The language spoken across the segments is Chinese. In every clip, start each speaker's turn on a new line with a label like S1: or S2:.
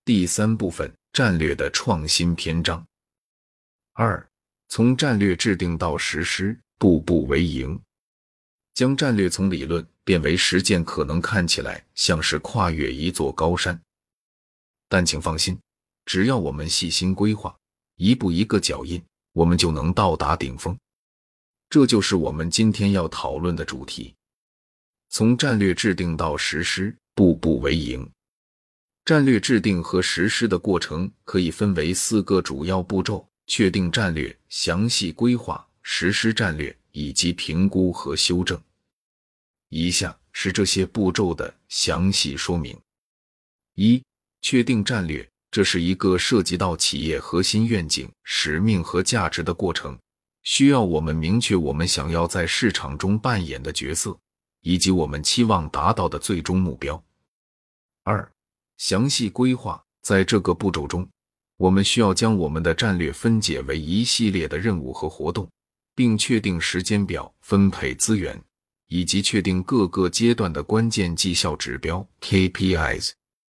S1: 第三部分，战略的创新篇章。2. 从战略制定到实施，步步为营。将战略从理论变为实践，可能看起来像是跨越一座高山，但请放心，只要我们细心规划，一步一个脚印，我们就能到达顶峰。这就是我们今天要讨论的主题。从战略制定到实施，步步为营。战略制定和实施的过程可以分为4个主要步骤：确定战略、详细规划、实施战略以及评估和修正。以下是这些步骤的详细说明。1. 确定战略，这是一个涉及到企业核心愿景、使命和价值的过程，需要我们明确我们想要在市场中扮演的角色，以及我们期望达到的最终目标。2. 详细规划，在这个步骤中，我们需要将我们的战略分解为一系列的任务和活动，并确定时间表、分配资源，以及确定各个阶段的关键绩效指标 KPIs。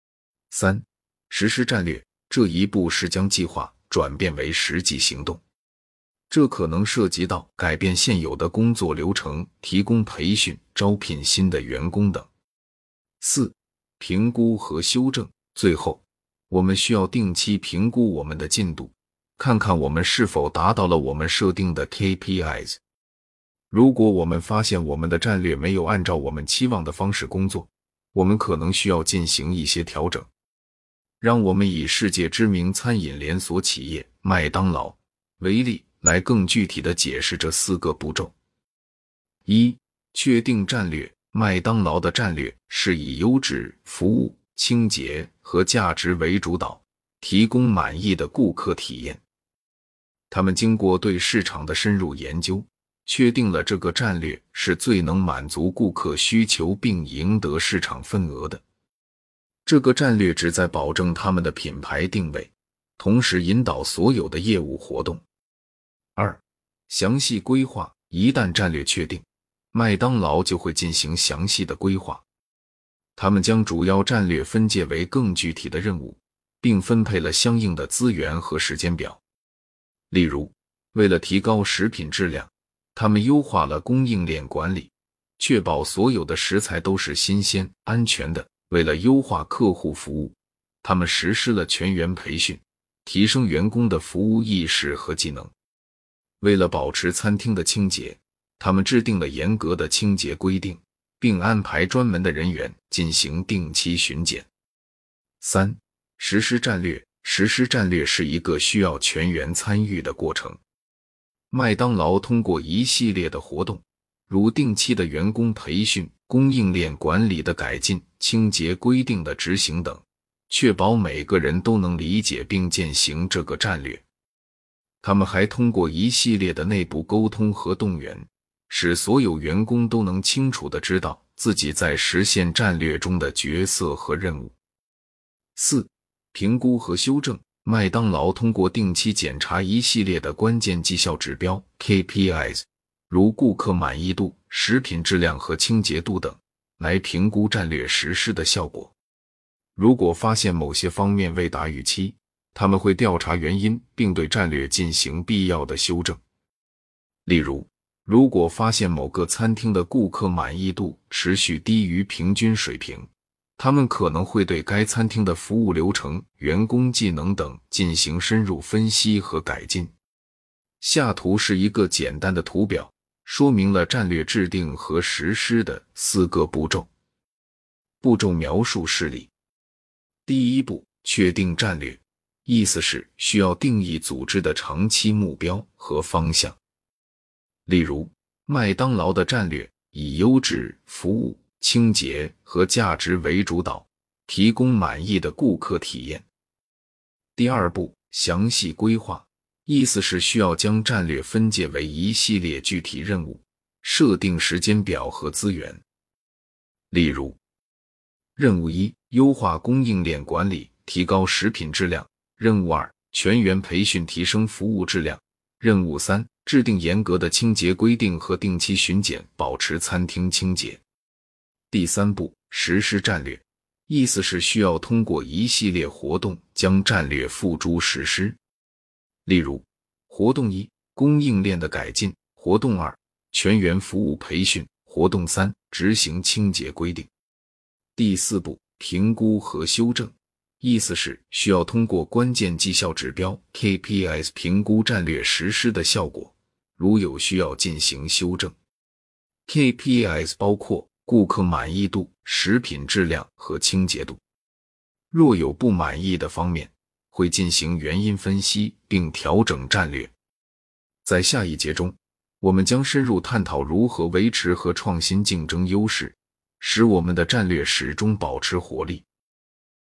S1: 3. 实施战略，这一步是将计划转变为实际行动，这可能涉及到改变现有的工作流程，提供培训、招聘新的员工等。4. 评估和修正，最后，我们需要定期评估我们的进度，看看我们是否达到了我们设定的 KPIs。 如果我们发现我们的战略没有按照我们期望的方式工作，我们可能需要进行一些调整。让我们以世界知名餐饮连锁企业麦当劳为例，来更具体地解释这4个步骤。1. 确定战略。麦当劳的战略是以优质、服务、清洁和价值为主导，提供满意的顾客体验。他们经过对市场的深入研究，确定了这个战略是最能满足顾客需求并赢得市场份额的。这个战略旨在保证他们的品牌定位，同时引导所有的业务活动。2. 详细规划，一旦战略确定，麦当劳就会进行详细的规划。他们将主要战略分解为更具体的任务，并分配了相应的资源和时间表。例如，为了提高食品质量，他们优化了供应链管理，确保所有的食材都是新鲜、安全的。为了优化客户服务，他们实施了全员培训，提升员工的服务意识和技能。为了保持餐厅的清洁，他们制定了严格的清洁规定，并安排专门的人员进行定期巡检。3. 实施战略。实施战略是一个需要全员参与的过程。麦当劳通过一系列的活动，如定期的员工培训、供应链管理的改进、清洁规定的执行等，确保每个人都能理解并践行这个战略。他们还通过一系列的内部沟通和动员，使所有员工都能清楚地知道自己在实现战略中的角色和任务。4. 评估和修正。麦当劳通过定期检查一系列的关键绩效指标 KPIs， 如顾客满意度、食品质量和清洁度等，来评估战略实施的效果。如果发现某些方面未达预期，他们会调查原因，并对战略进行必要的修正。例如，如果发现某个餐厅的顾客满意度持续低于平均水平，他们可能会对该餐厅的服务流程、员工技能等进行深入分析和改进。下图是一个简单的图表，说明了战略制定和实施的4个步骤。步骤描述示例。第1步，确定战略，意思是需要定义组织的长期目标和方向。例如，麦当劳的战略以优质、服务、清洁和价值为主导，提供满意的顾客体验。第2步，详细规划，意思是需要将战略分解为一系列具体任务，设定时间表和资源。例如，任务1，优化供应链管理，提高食品质量；任务2，全员培训，提升服务质量；任务3，制定严格的清洁规定和定期巡检，保持餐厅清洁。第3步，实施战略， 意思是需要通过一系列活动将战略付诸实施。例如，活动1：供应链的改进；活动2：全员服务培训；活动3：执行清洁规定。第4步，评估和修正，意思是需要通过关键绩效指标 KPIs 评估战略实施的效果，如有需要进行修正。KPIs 包括顾客满意度、食品质量和清洁度。若有不满意的方面，会进行原因分析并调整战略。在下一节中，我们将深入探讨如何维持和创新竞争优势，使我们的战略始终保持活力。